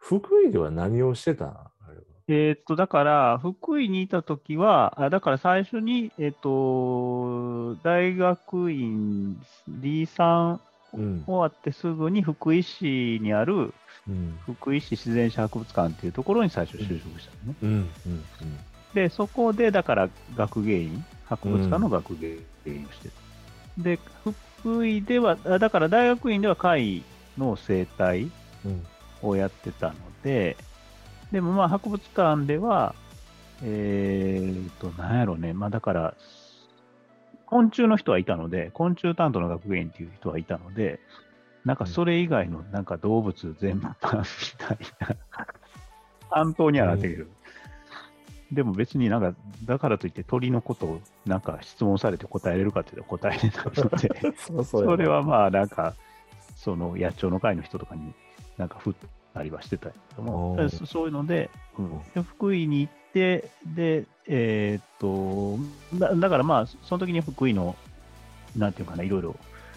福井では何をしてたのあれは。 だから、福井にいたときは、だから最初に、大学院 D3 うん。 終わってすぐに福井市にあるうん。 福井市自然史博物館っていうところに最初うん。 就職したのね。 うん。うん。 で、そこで、だから学芸員、博物館のうん。 学芸員をしてた。で、福井では、だから大学院では貝の生態うん。 をやってたので、でもまあ博物館では、なんやろうね、まあだから、昆虫の人はいたので、昆虫担当の学芸員っていう人はいたので、なんかそれ以外のなんか動物全般みたいな担当にはなっている。でも別になんか、だからといって鳥のことをなんか質問されて答えれるかっていうと答えれないので、 そうそうやわ。 それはまあなんか、その野鳥の会の人とかになんか振ったりはしてたけども、 おー。 そういうので、で福井に行って、で、だからまあ、その時に福井の、なんていうかな、いろいろ、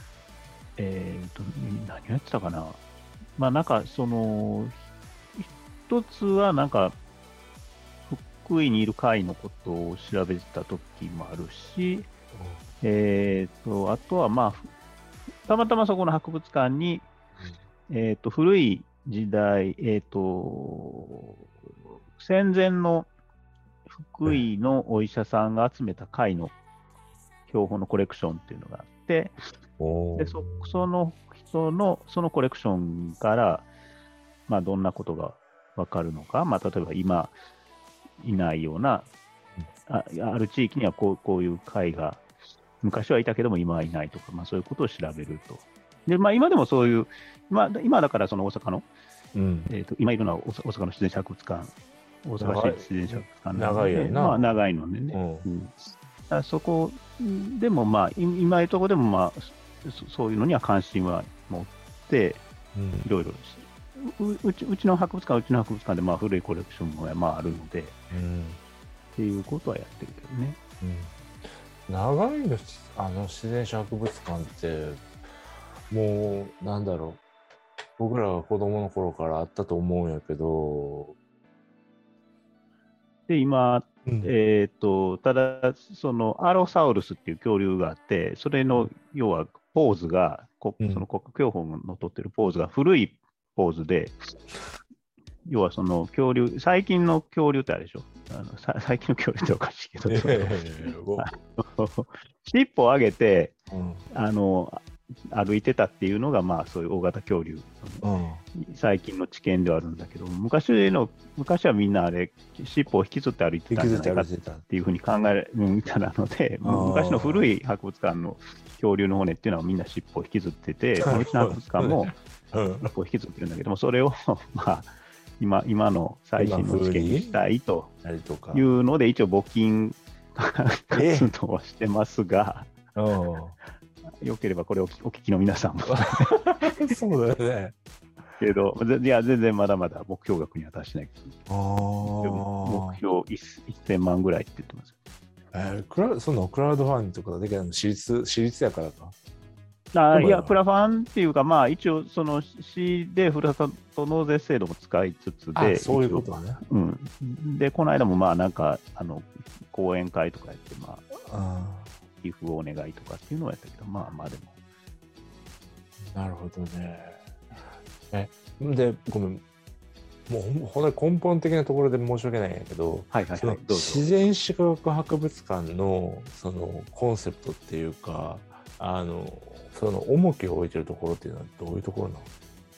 何をやってたかな。まあなんか、その、一つはなんか、福井にいる会のことを調べてた時もあるし、あとはまあ、たまたまそこの博物館に、古い時代、戦前の福井のお医者さんが集めた貝の標本のコレクションっていうのがあって、で、 おー。 その人の、そのコレクションから、まあ、どんなことがわかるのか、まあ、例えば今いないような、ある地域にはこういう貝が昔はいたけども今はいないとか、まあ、そういうことを調べると。で、まあ、今でもそういう、今だからその大阪の、 うん。 今いるのは大阪の自然史博物館、大阪市長い、 自然史博物館な長ので、まあ、 いやんな。 長いのでね。 うん。 そこでも、まあ、今いるところでも、まあ、そういうのには関心は持って、 うん。 いろいろうちの博物館はうちの博物館で、まあ、古いコレクションも、まあ、あるので、っうん。 ていうことはやってるけどね。 うん。長いの、自然史博物館って、もう、なんだろう。僕らが子供の頃からあったと思うんやけど、 で、今、 うん。 ただ、そのアロサウルスっていう恐竜があって、それの要はポーズが、そうん。 の国標本の取ってるポーズが古いポーズで、要はその恐竜、最近の恐竜ってあれでしょ、最近の恐竜っておかしいけど、そのあの尻尾を上げてうん。 あの歩いてたっていうのが、まあ、そういう大型恐竜、 うん。 最近の知見ではあるんだけど、昔はみんなあれ、尻尾を引きずって歩いて引きずったんじゃないかって歩いてた。 ていうふうに考えるみたいなので、 あ昔の古あ。 い博物館の恐竜の骨っていうのはみんな尻尾を引きずってて、まあ、うちのなるほ博物館もどね。うん。 尻尾を引きずってるんだけども、それをまあ今の最今新の知見に風にしたいとなりとか。 いうので、一応募金活動はしてますが、 うん。 よければこれをお聞きの皆さんもそうだよね。 けど、いや、全然まだまだ目標額には達しない。 あ目あ。 標1000万ぐらいって言ってます。 そのクラウドファンディングとかできるの私立やからか。 いや、クでも、 ラファンっていうか、まあ、一応、その市でふるさと納税制度も使いつつで、 そういう一応、 ことね。 うん。で、この間も、まあ、なんか、講演会とかやって、まあ、 あ寄付をお願いとかっていうのをやったけど、まあまあでも。 なるほどね。で、ごめん。もうほんとに根本的なところで申し訳ないんやけど、 はいはいはい、 そのどうぞ。 自然史学博物館のそのコンセプトっていうか、その重きを置いてるところっていうのはどういうところなの？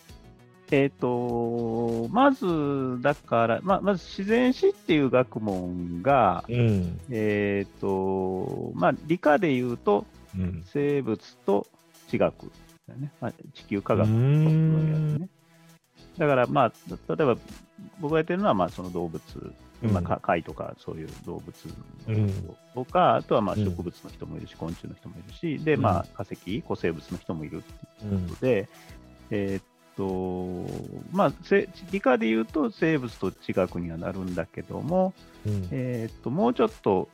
まず、だから、まず自然史っていう学問が、 うん。 まあ、理科で言うと、 うん。 生物と地学だよね。まあ、地球科うー学の分野ですん。 ね。だから、まあ、例えば、僕がやってるのは、まあ、その動物、まあ、貝とか、そういう動物のとか、あとはまあ植物の人もいるし、昆虫の人もいるし、で、まあ、化石、古生物の人もいるっていうことで、まあ、理科で言うと生物と地学にはなるんだけども、もうちょっと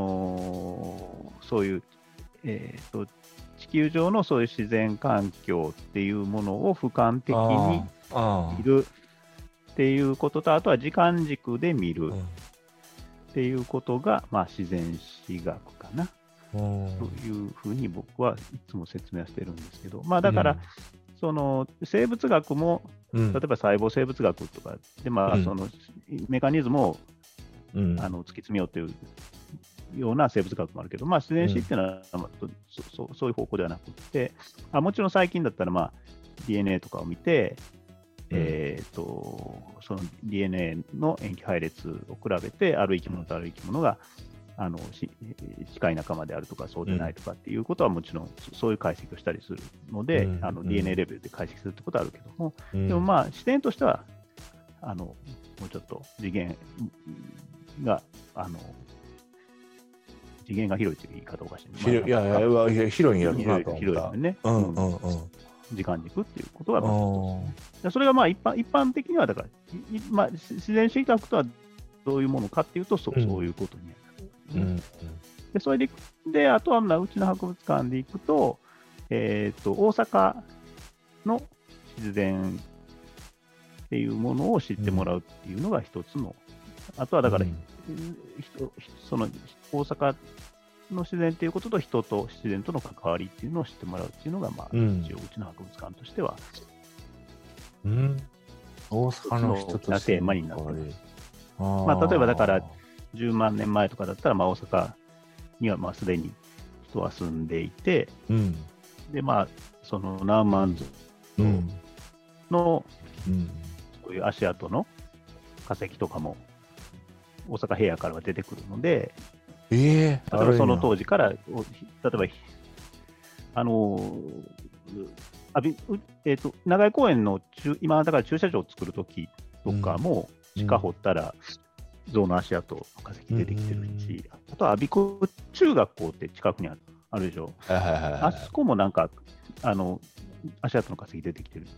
そういう、地球上のそういう自然環境っていうものを俯瞰的に見るっていうことと、あとは時間軸で見るうんっていうことが、まあ、自然史学かなうんというふうに僕はいつも説明はしてるんですけど、まあ、だから、その生物学も、 うん例えば細胞生物学とかで、まあ、 うんそのメカニズムをうん突き詰めようというような生物学もあるけど、まあ、自然史っていうのは、まあそういう方向ではなくて、もちろん最近だったら、まあ、DNA とかを見て、その DNA の塩基配列を比べて、ある生き物とある生き物が近い仲間であるとか、そうでないとかっていうことはもちろん、そういう解析をしたりするので、DNA レベルで解析するってことはあるけども、でもまあ、視点としては、もうちょっと次元が、次元が広いという言い方おかしい。 いや広いんやろなと思った。 広いよね。時間軸っていうことがまず一つ。それがまあ一般的には、だから、まあ、自然史学とはどういうものかっていうと、そういうことになる。でそれで、あとはうちの博物館でいくと、大阪の自然っていうものを知ってもらうっていうのが一つの、あとはだから、その大阪の自然っていうことと人と自然との関わりっていうのを知ってもらうっていうのが、まあ、一応うちの博物館としては、 大阪の人とテーマになっている。まあ、例えばだから10万年前とかだったら、まあ、大阪にはまあすでに人は住んでいて、でまあその何万像の、そういう足跡の化石とかも大阪平野からは出てくるので、例えばその当時から、例えば長井公園の今だから駐車場を作るときとかも、地下掘ったら象の足跡の化石出てきてるし、あとは我孫子中学校って近くにあるでしょ。あそこもなんか足跡の化石出てきてる。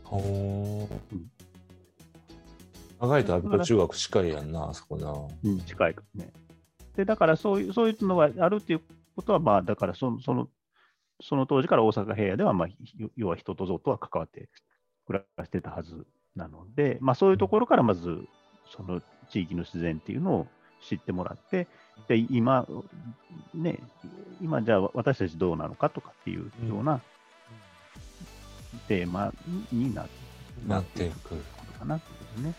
長いと我孫子中学近いやんな、あそこな。 近いからね。で、だからそういうのがあるっていうことは、まあ、だからその当時から大阪平野では、まあ、要は人と象とは関わって暮らしてたはずなので、まあ、そういうところからまず、その地域の自然っていうのを知ってもらって、で今、じゃあ私たちどうなのかとかっていうようなテーマになっていくことかなっていうね。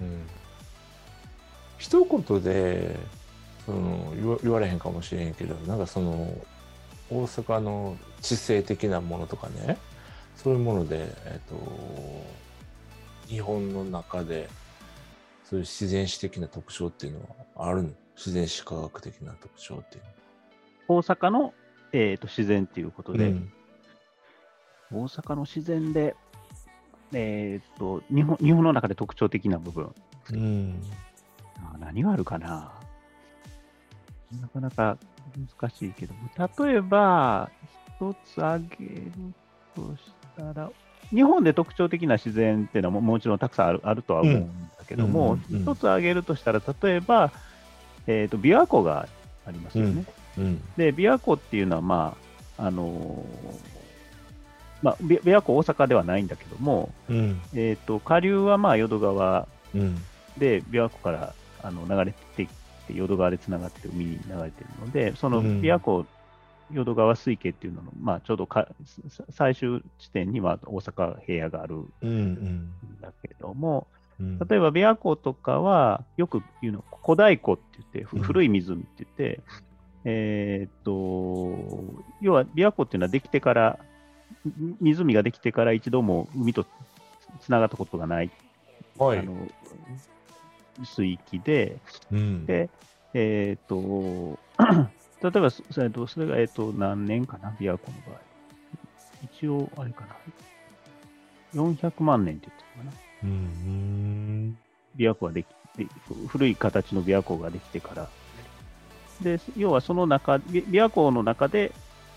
一言で言われへんかもしれんけど、なんかその大阪の地勢的なものとかね、そういうもので、日本の中でそういう自然史的な特徴っていうのはあるの？自然史科学的な特徴っていうの。大阪の、自然っていうことで、大阪の自然で、日本の中で特徴的な部分。何があるかな？なかなか難しいけど、例えば、一つ挙げるとしたら、日本で特徴的な自然っていうのはもちろんたくさんあるとは思うんだけども、一つ挙げるとしたら、例えば、琵琶湖がありますよね。で、琵琶湖っていうのは、まあ、琵琶湖大阪ではないんだけども、下流はまあ淀川で、琵琶湖から流れてきて、淀川でつながって海に流れているので、その琵琶湖、淀川水系っていうのの、まあ、ちょうど最終地点には大阪平野があるんだけども、例えば琵琶湖とかは、よく言うの、小太湖って言って、古い湖って言って、要は琵琶湖っていうのはできてから、湖ができてから一度も海とつながったことがない、水域で、で、例えばそれが、何年かな、琵琶湖の場合。一応、あれかな、400万年って言ってるかな。琵琶湖ができて、古い形の琵琶湖ができてから。で、要はその中、琵琶湖の中で、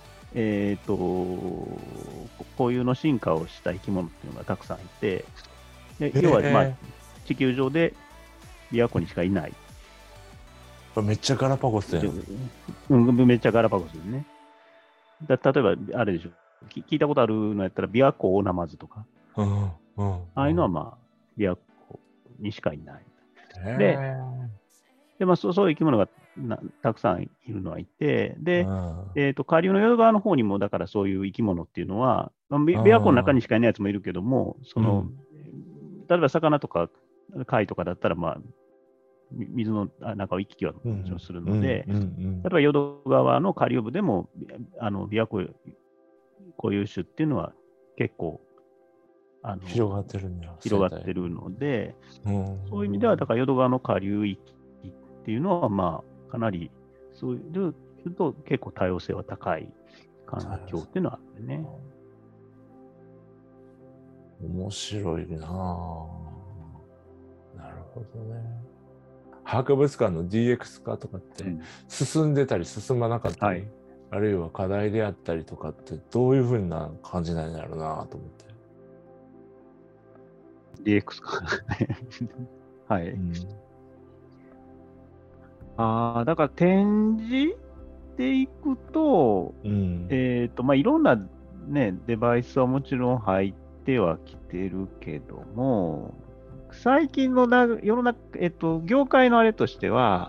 固有の進化をした生き物っていうのがたくさんいて、要は、まあ、地球上で琵琶湖にしかいない。 めっちゃガラパゴスやん。めっちゃガラパゴスですね。例えば、あれでしょ、聞いたことあるのやったら、琵琶湖オオナマズとか、ああいうのは、まあ、琵琶湖にしかいない。 へでえ。 まあ、そういう生き物がたくさんいるのはいて、で、 うん下流の淀川の方にも、だからそういう生き物っていうのは、まあ琵琶湖の中にしかいないやつもいるけども、例えば魚とか貝とかだったら、まあ、水の中を行き来はもちろんするので、例えば淀川の下流部でも、琵琶湖固有種っていうのは結構、 広がってるんだ。 広がってるので、 うんそういう意味では、だから淀川の下流域っていうのは、まあ、かなり、そういうと結構多様性は高い環境っていうのはあるね。 面白いなぁ。なるほどね。博物館の DX 化とかって進んでたり進まなかったり、 はい、 あるいは課題であったりとかってどういうふうな感じなんだろうなと思って。 DX か。はい。だから展示でいくと、まあ、いろんな、ね、デバイスはもちろん入ってはきてるけども、最近の世の中、業界のあれとしては、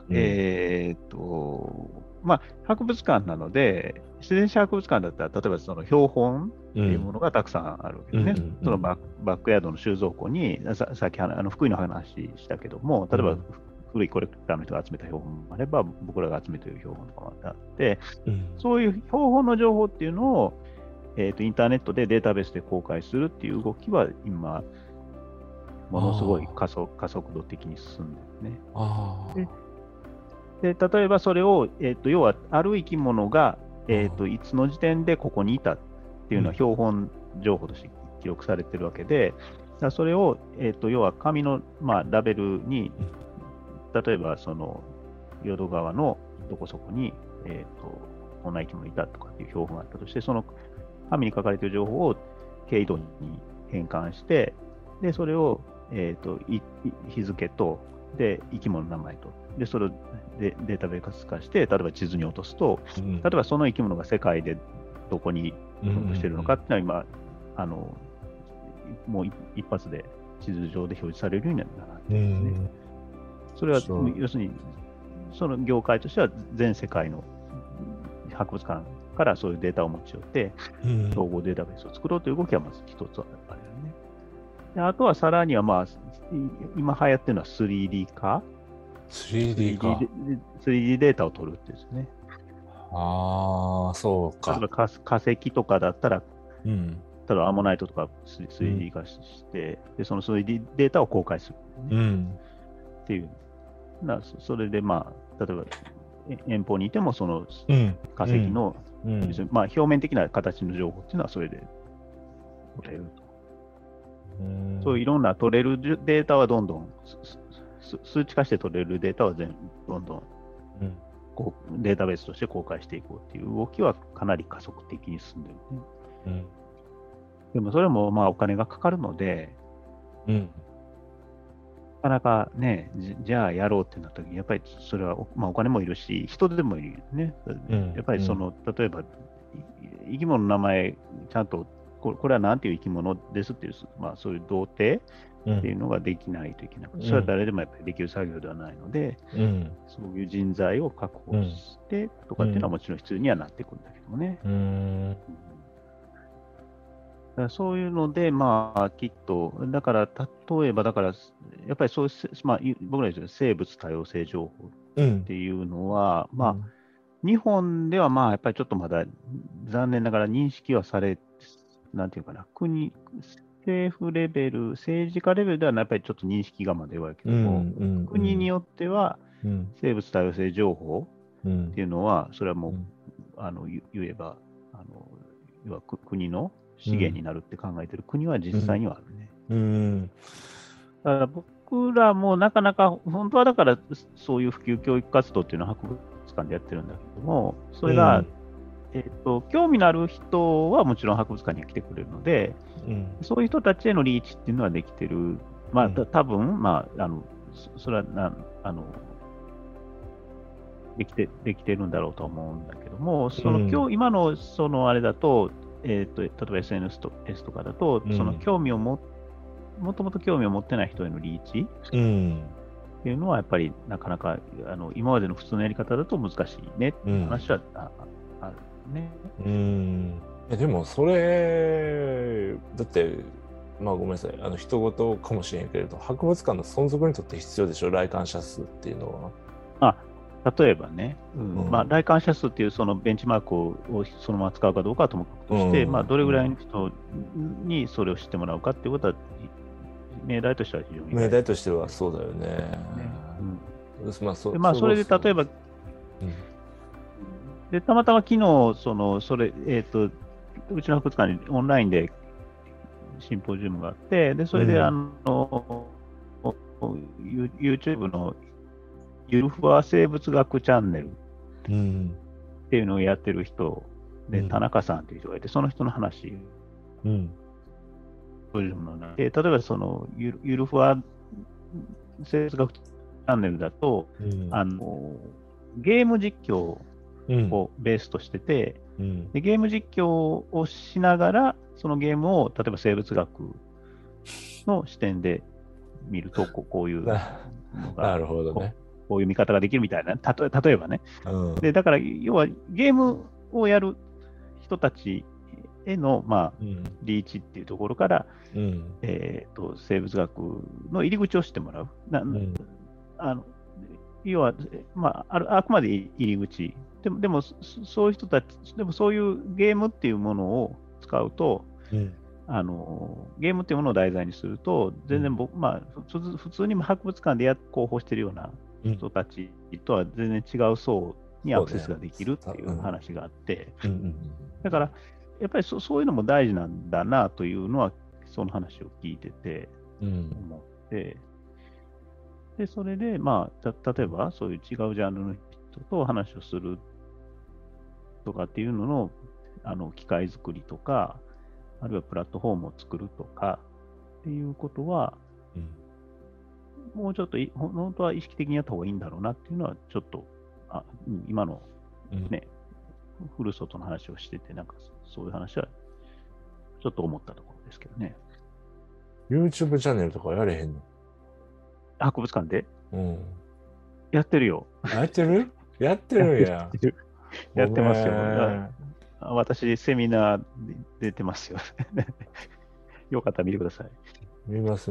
まあ、博物館なので、自然史博物館だったら、例えばその標本っていうものがたくさんあるわけですね。そのバックヤードの収蔵庫に、さっき福井の話したけども、例えば、古いコレクターの人が集めた標本もあれば、僕らが集めている標本とかもあって、そういう標本の情報っていうのを、インターネットでデータベースで公開するっていう動きは今、ものすごい加速度的に進んでるね。で例えばそれを、要はある生き物が、いつの時点でここにいたっていうのは標本情報として記録されてるわけで、それを、要は紙の、まあ、ラベルに、例えばその淀川のどこそこに、こんな生き物いたとかっていう標本があったとして、その紙に書かれている情報を経度に変換して、でそれを、日付とで生き物の名前とでそれをデータベース化して、例えば地図に落とすと、例えばその生き物が世界でどこに分布しているのかっていうのは今、もう一発で地図上で表示されるようになっているんですね。それは要するにその業界としては全世界の博物館からそういうデータを持ち寄って統合データベースを作ろうという動きはまず一つあるよね。であとはさらには、まあ、今流行ってるのは 3D 化。3D データを取るってですね。 そうか。 例えば化石とかだったら、例えばアンモナイトとか 3D 化して、でその 3D データを公開する、っていう。それで、まあ、例えば遠方にいてもその化石の、まあ、表面的な形の情報っていうのはそれで取れると。そういういろんな取れるデータはどんどん数値化して取れるデータはどんどんデータベースとして公開していこうっていう動きはかなり加速的に進んでるね。でもそれもまあお金がかかるので、なかなかね、じゃあやろうってなった時に、やっぱりそれは、まあ、お金もいるし、人手もいるよね。やっぱりその、例えば、生き物の名前、ちゃんと、これは何ていう生き物ですっていう、まあ、そういう同定っていうのができないといけなくて、それは誰でもやっぱりできる作業ではないので、そういう人材を確保してとかっていうのはもちろん必要にはなってくるんだけどもね。そういうので、まあ、きっと、だから、例えば、だから、やっぱりそういう、まあ、僕ら言う生物多様性情報っていうのは、まあ、日本では、まあ、やっぱりちょっとまだ、残念ながら認識はされ、なんていうかな、政府レベル、政治家レベルでは、やっぱりちょっと認識がまだ弱いけども、国によっては、生物多様性情報っていうのは、それはもう、言えば、要は国の資源になるって考えてる国は実際にはあるね。だから僕らもなかなか、本当はだからそういう普及教育活動っていうのは博物館でやってるんだけども、それが、興味のある人はもちろん博物館には来てくれるので、そういう人たちへのリーチっていうのはできてる。まあ、多分まあ、それはできてるんだろうと思うんだけども、今のそのあれだと、例えば SNS とかだと、その興味を持っもともと興味を持ってない人へのリーチうん。 っていうのは、やっぱりなかなか今までの普通のやり方だと難しいねっていう話はあるね。 でもそれだってまあごめんなさい人事かもしれんけれど博物館の存続にとって必要でしょ来館者数っていうのは。 例えばね、まあ、来館者数っていうそのベンチマークをそのまま使うかどうかはともかくとして、まあ、どれぐらいの人にそれを知ってもらうかっていうことは、命題としては非常に。 命題としてはそうだよね。 まあそれで例えば、でたまたま昨日うちの博物館にオンラインでシンポジウムがあって、でそれでYouTube のゆるふわ生物学チャンネルっていうのをやってる人で、田中さんっていう人がいて、その人の話、例えばそのゆるふわ生物学チャンネルだと、ゲーム実況をベースとしてて、でゲーム実況をしながら、そのゲームを例えば生物学の視点で見ると、こういうのが、 なるほどね。 こういう見方ができるみたいな、例えばね。でだから、要はゲームをやる人たちへの、まあリーチっていうところから、生物学の入り口を知ってもらう。要は、まあ、あくまで入り口。でも、そういう人たち、でもそういうゲームっていうものを使うと、ゲームっていうものを題材にすると、全然まあ、普通に博物館で広報してるような人たちとは全然違う層にアクセスができるっていう話があって、だから、やっぱりそういうのも大事なんだなというのは、その話を聞いてて思って、でそれで、まあ、例えばそういう違うジャンルの人と話をするとかっていうのの、機械作りとか、あるいはプラットフォームを作るとかっていうことは、もうちょっと本当は意識的にやった方がいいんだろうなっていうのは、ちょっと今のね、フルソトの話をしてて、なんかそういう話はちょっと思ったところですけどね。 YouTube チャンネルとかやれへんの？ 博物館で、やってるよ。 やってるやってるんや。 やってますよ。私、セミナーで出てますよ。よかったら見てください。 見ます。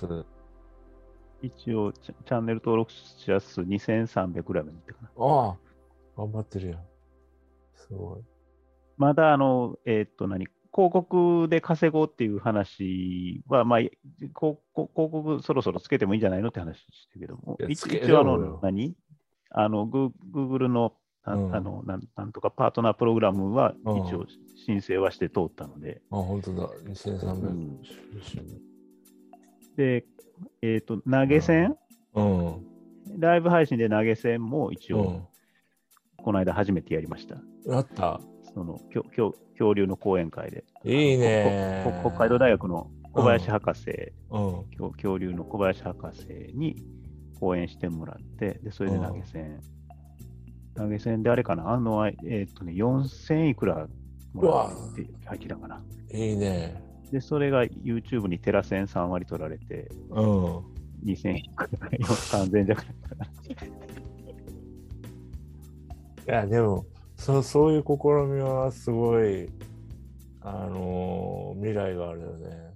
一応、チャンネル登録者数2300ぐらいまでいってかな。 ああ、頑張ってるやん。すごい。 まだ、広告で稼ごうっていう話は、まあ、広告そろそろつけてもいいんじゃないのって話してるけども、一応Google のなんとかパートナープログラムは一応申請はして通ったので。 本当だ、2300。 で、投げ銭、ライブ配信で投げ銭も一応、この間初めてやりました。 やった。 その恐竜の講演会で。 いいね。 北海道大学の小林博士、恐竜の小林博士に講演してもらって、でそれで投げ銭であれかな、4000いくらもらうって入ってたかな。 いいね。で、 それが YouTube にテラ銭3割取られて、2000いくら、3000弱だったかな。いや、でも、そういう試みはすごい、未来があるよね。